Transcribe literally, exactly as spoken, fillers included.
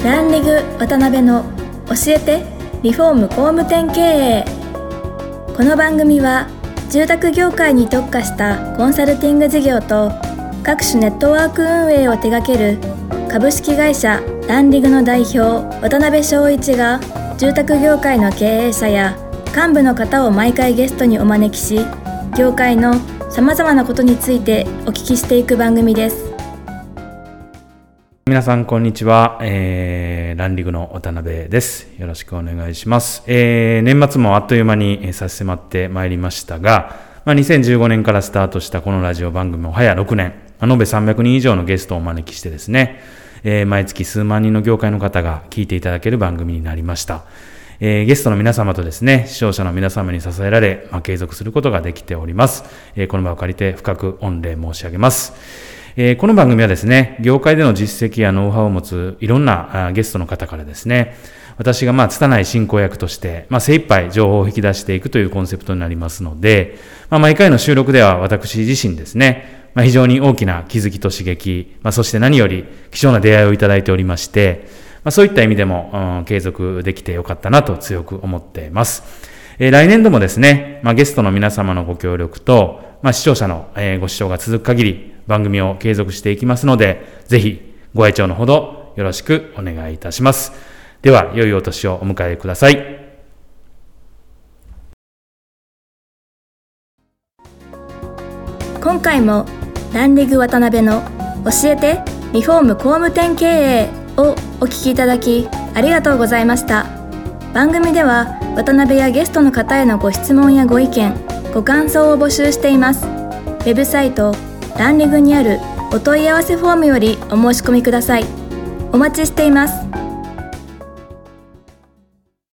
ランリグ渡辺の教えてリフォーム工務店経営。この番組は住宅業界に特化したコンサルティング事業と各種ネットワーク運営を手掛ける株式会社ランリグの代表渡辺翔一が住宅業界の経営者や幹部の方を毎回ゲストにお招きし、業界のさまざまなことについてお聞きしていく番組です。 皆さんこんにちは、えー、ランリグの渡辺です。よろしくお願いします。えー、年末もあっという間に、えー、差し迫ってまいりましたが、まあ、にせんじゅうごねんからスタートしたこのラジオ番組も早ろくねん、まあ、延べさんびゃくにん以上のゲストをお招きしてですね、えー、毎月数万人の業界の方が聞いていただける番組になりました。えー、ゲストの皆様とですね、視聴者の皆様に支えられ、まあ、継続することができております。えー、この場を借りて深く御礼申し上げます。えー、この番組はですね、業界での実績やノウハウを持ついろんなゲストの方からですね、私がまあ拙い進行役として、まあ、精一杯情報を引き出していくというコンセプトになりますので、まあ、毎回の収録では私自身ですね、まあ、非常に大きな気づきと刺激、まあ、そして何より貴重な出会いをいただいておりまして、まあ、そういった意味でも、うん、継続できてよかったなと強く思っています。えー、来年度もですね、まあ、ゲストの皆様のご協力と、まあ、視聴者の、えー、ご視聴が続く限り番組を継続していきますので、ぜひご愛聴のほどよろしくお願いいたします。では、良いお年をお迎えください。 今回もランリグ渡辺の教えてリフォーム工務店経営をお聞きいただきありがとうございました。番組では渡辺やゲストの方へのご質問やご意見、ご感想を募集しています。ウェブサイトランリグにあるお問い合わせフォームよりお申し込みください。お待ちしています。